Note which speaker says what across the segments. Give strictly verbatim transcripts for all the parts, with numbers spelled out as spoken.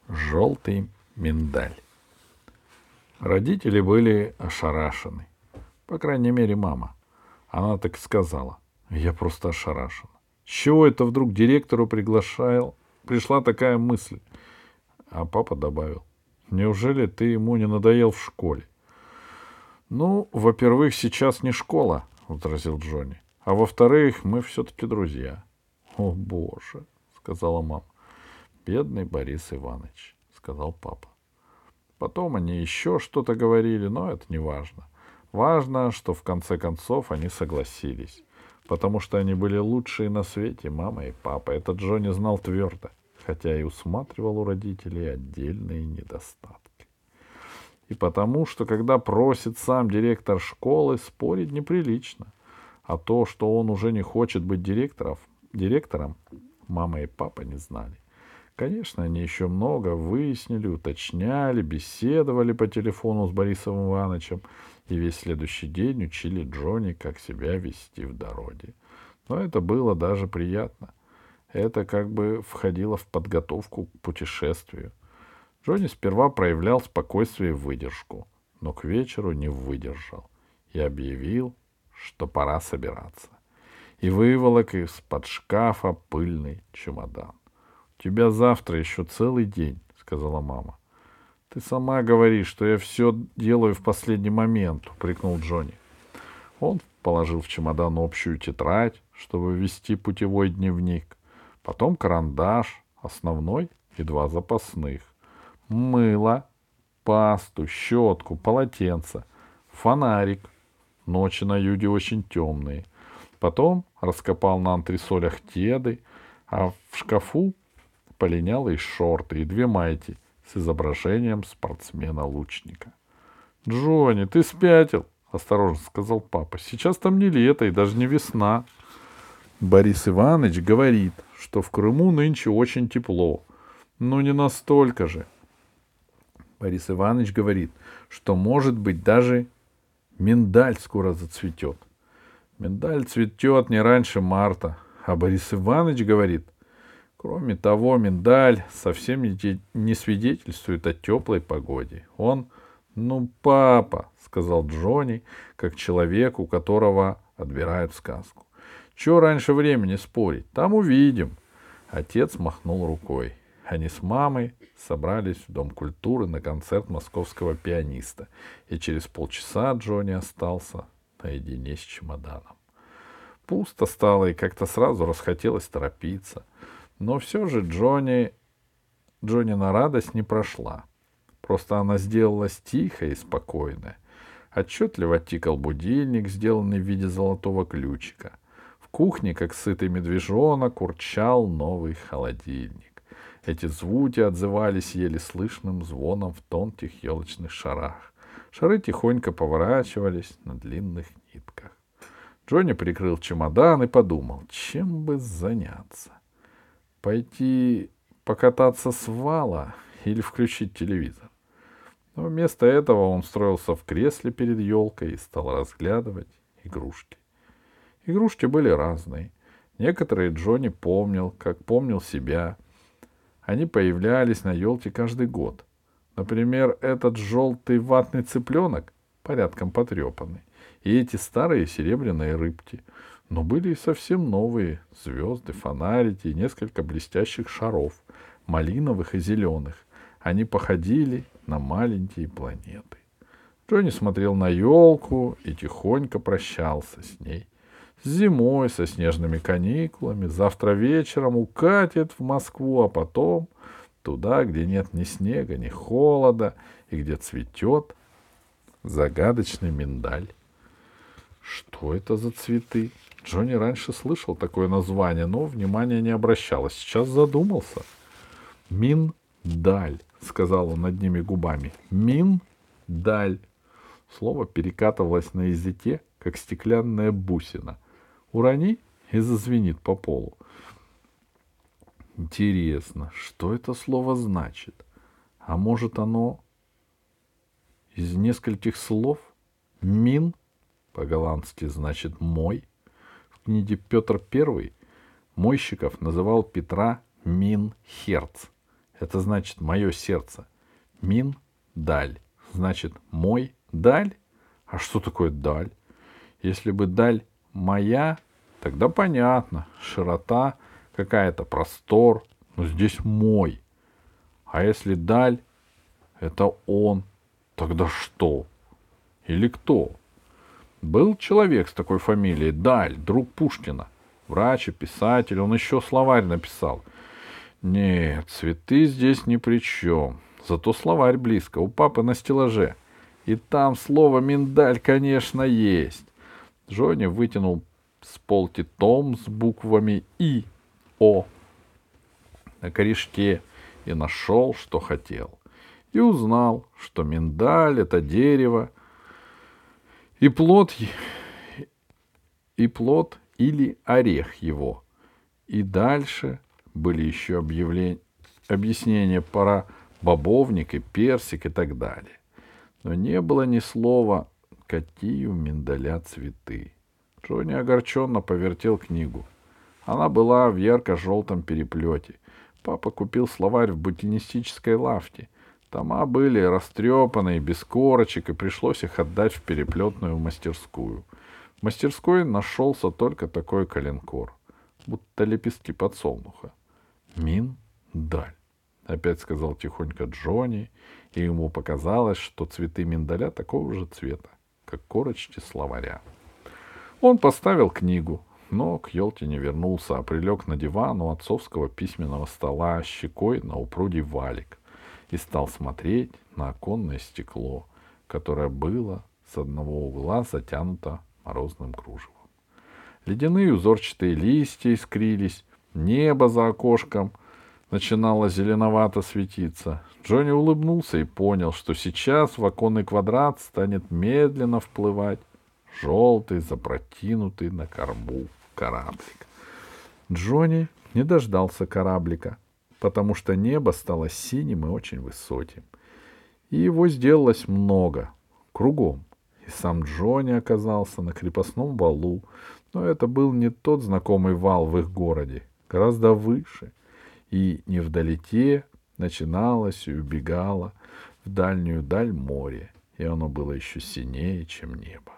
Speaker 1: Желтый миндаль. Родители были ошарашены. По крайней мере, мама. Она так и сказала. Я просто ошарашена. С чего это вдруг директору приглашал? Пришла такая мысль. А папа добавил. Неужели ты ему не надоел в школе? Ну, во-первых, сейчас не школа, возразил Джонни. А во-вторых, мы все-таки друзья. О, Боже, сказала мама. Бедный Борис Иванович, сказал папа. Потом они еще что-то говорили, но это не важно. Важно, что в конце концов они согласились. Потому что они были лучшие на свете, мама и папа. Это Джонни знал твердо, хотя и усматривал у родителей отдельные недостатки. И потому, что когда просит сам директор школы, спорить неприлично. А то, что он уже не хочет быть директором, директором, мама и папа не знали. Конечно, они еще много выяснили, уточняли, беседовали по телефону с Борисом Ивановичем и весь следующий день учили Джонни, как себя вести в дороге. Но это было даже приятно. Это как бы входило в подготовку к путешествию. Джонни сперва проявлял спокойствие и выдержку, но к вечеру не выдержал и объявил, что пора собираться. И выволок из-под шкафа пыльный чемодан. — У тебя завтра еще целый день, — сказала мама. — Ты сама говоришь, что я все делаю в последний момент, — упрекнул Джонни. Он положил в чемодан общую тетрадь, чтобы вести путевой дневник, потом карандаш, основной и два запасных, мыло, пасту, щетку, полотенце, фонарик. Ночи на юге очень темные. Потом раскопал на антресолях кеды, а в шкафу полинялые шорты и две майки с изображением спортсмена-лучника. — Джонни, ты спятил, — осторожно сказал папа. — Сейчас там не лето и даже не весна. Борис Иванович говорит, что в Крыму нынче очень тепло. Но не настолько же. Борис Иванович говорит, что, может быть, даже миндаль скоро зацветет. Миндаль цветет не раньше марта. А Борис Иванович говорит, кроме того, миндаль совсем не свидетельствует о теплой погоде. Он, ну, папа, — сказал Джонни, как человек, у которого отбирают сказку. Чего раньше времени спорить? Там увидим. Отец махнул рукой. Они с мамой собрались в Дом культуры на концерт московского пианиста, и через полчаса Джонни остался наедине с чемоданом. Пусто стало, и как-то сразу расхотелось торопиться. Но все же Джонни... Джоннина радость не прошла. Просто она сделалась тихой и спокойной. Отчетливо тикал будильник, сделанный в виде золотого ключика. В кухне, как сытый медвежонок, урчал новый холодильник. Эти звуки отзывались еле слышным звоном в тонких елочных шарах. Шары тихонько поворачивались на длинных нитках. Джонни прикрыл чемодан и подумал, чем бы заняться. Пойти покататься с вала или включить телевизор. Но вместо этого он устроился в кресле перед елкой и стал разглядывать игрушки. Игрушки были разные. Некоторые Джонни помнил, как помнил себя. Они появлялись на елке каждый год. Например, этот желтый ватный цыпленок, порядком потрепанный, и эти старые серебряные рыбки. Но были и совсем новые звезды, фонарики и несколько блестящих шаров, малиновых и зеленых. Они походили на маленькие планеты. Джонни смотрел на елку и тихонько прощался с ней. С зимой, со снежными каникулами, завтра вечером укатит в Москву, а потом туда, где нет ни снега, ни холода, и где цветет загадочный миндаль. Что это за цветы? Джонни раньше слышал такое название, но внимания не обращал, а сейчас задумался. Миндаль, — сказал он одними губами. Миндаль. Слово перекатывалось на языке, как стеклянная бусина. Урони — и зазвенит по полу. Интересно, что это слово значит? А может, оно из нескольких слов? Мин по-голландски значит «мой». В книге Петр Первый Мойщиков называл Петра Минхерц. Это значит мое сердце. Мин-даль. Значит мой даль? А что такое даль? Если бы даль моя, тогда понятно. Широта какая-то, простор. Но здесь мой. А если даль — это он, тогда что? Или кто? Был человек с такой фамилией Даль, друг Пушкина. Врач и писатель, он еще словарь написал. Нет, цветы здесь ни при чем. Зато словарь близко, у папы на стеллаже. И там слово «миндаль», конечно, есть. Джонни вытянул с полки том с буквами И, О на корешке и нашел, что хотел. И узнал, что миндаль — это дерево, и плод, и плод или орех его. И дальше были еще объявления, объяснения про бобовник и персик и так далее. Но не было ни слова, какие у миндаля цветы. Джонни огорченно повертел книгу. Она была в ярко-желтом переплете. Папа купил словарь в букинистической лавке. Тома были растрепанные, без корочек, и пришлось их отдать в переплетную мастерскую. В мастерской нашелся только такой коленкор, будто лепестки подсолнуха. «Миндаль», — опять сказал тихонько Джонни, и ему показалось, что цветы миндаля такого же цвета, как корочки словаря. Он поставил книгу, но к елке не вернулся, а прилег на диван у отцовского письменного стола щекой на упругий валик и стал смотреть на оконное стекло, которое было с одного угла затянуто морозным кружевом. Ледяные узорчатые листья искрились, небо за окошком начинало зеленовато светиться. Джонни улыбнулся и понял, что сейчас в оконный квадрат станет медленно вплывать желтый, запрокинутый на корму кораблик. Джонни не дождался кораблика, потому что небо стало синим и очень высоким. И его сделалось много, кругом. И сам Джонни оказался на крепостном валу, но это был не тот знакомый вал в их городе, гораздо выше. И невдалеке начиналось и убегало в дальнюю даль море, и оно было еще синее, чем небо.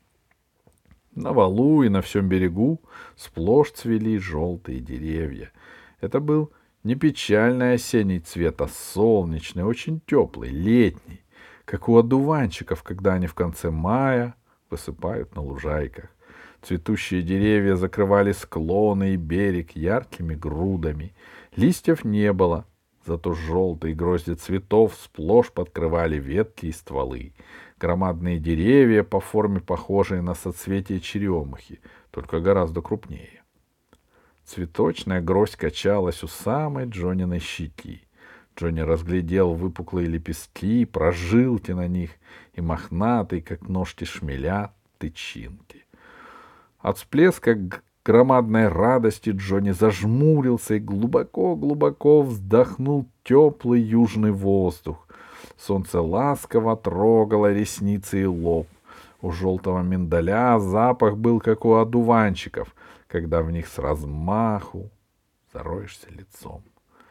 Speaker 1: На валу и на всем берегу сплошь цвели желтые деревья. Это был не печальный осенний цвет, а солнечный, очень теплый, летний, как у одуванчиков, когда они в конце мая высыпают на лужайках. Цветущие деревья закрывали склоны и берег яркими грудами. Листьев не было, зато желтые грозди цветов сплошь подкрывали ветки и стволы. Громадные деревья, по форме похожие на соцветия черемухи, только гораздо крупнее. Цветочная гроздь качалась у самой Джонниной щеки. Джонни разглядел выпуклые лепестки, прожилки на них и мохнатые, как ножки шмеля, тычинки. От всплеска громадной радости Джонни зажмурился и глубоко-глубоко вздохнул теплый южный воздух. Солнце ласково трогало ресницы и лоб. У желтого миндаля запах был, как у одуванчиков, когда в них с размаху зароешься лицом.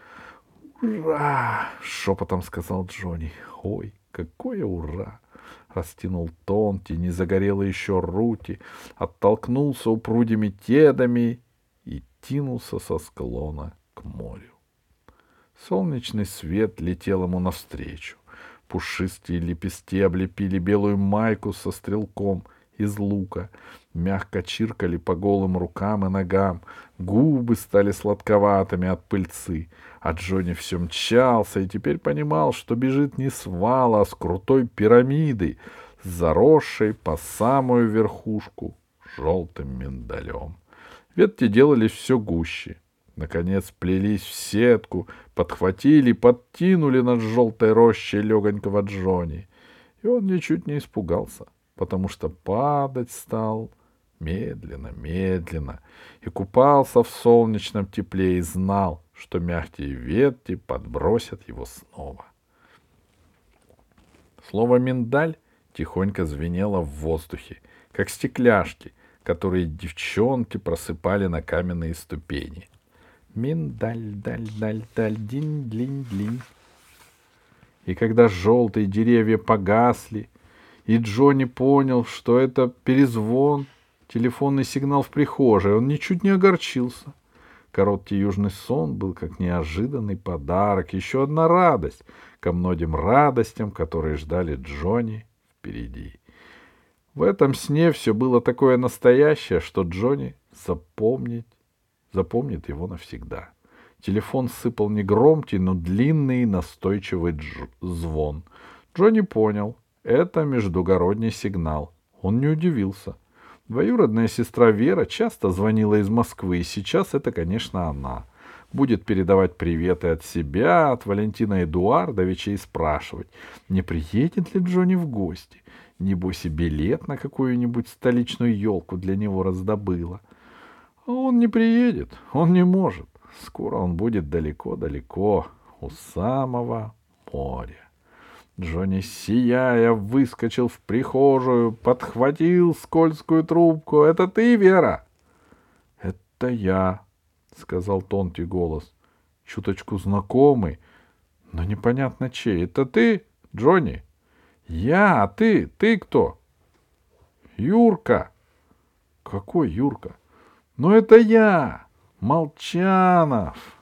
Speaker 1: «Ура!» — шепотом сказал Джонни. «Ой, какое ура!» Растянул тонкие, не загорелые еще руки, оттолкнулся упругими кедами и кинулся со склона к морю. Солнечный свет летел ему навстречу. Пушистые лепестки облепили белую майку со стрелком из лука, мягко чиркали по голым рукам и ногам, губы стали сладковатыми от пыльцы, а Джонни все мчался и теперь понимал, что бежит не с вала, а с крутой пирамиды, заросшей по самую верхушку желтым миндалем. Ветки делались все гуще. Наконец плелись в сетку, подхватили, подтянули над желтой рощей легонького Джонни. И он ничуть не испугался, потому что падать стал медленно, медленно, и купался в солнечном тепле и знал, что мягкие ветки подбросят его снова. Слово «миндаль» тихонько звенело в воздухе, как стекляшки, которые девчонки просыпали на каменные ступени. Миндаль, даль, даль, даль, динь, длинь, длинь. И когда желтые деревья погасли, и Джонни понял, что это перезвон, телефонный сигнал в прихожей, он ничуть не огорчился. Короткий южный сон был как неожиданный подарок, еще одна радость ко многим радостям, которые ждали Джонни впереди. В этом сне все было такое настоящее, что Джонни запомнить, запомнит его навсегда. Телефон сыпал не громкий, но длинный и настойчивый дж- звон. Джонни понял — это междугородний сигнал. Он не удивился. Двоюродная сестра Вера часто звонила из Москвы, и сейчас это, конечно, она. Будет передавать приветы от себя, от Валентина Эдуардовича и спрашивать, не приедет ли Джонни в гости. Небось и билет на какую-нибудь столичную елку для него раздобыла. А он не приедет, он не может. Скоро он будет далеко-далеко, у самого моря. Джонни, сияя, выскочил в прихожую, подхватил скользкую трубку. — Это ты, Вера? — Это я, — сказал тонкий голос, чуточку знакомый, но непонятно чей. — Это ты, Джонни? — Я, а ты? Ты кто? — Юрка. — Какой Юрка? — Ну, это я, Молчанов.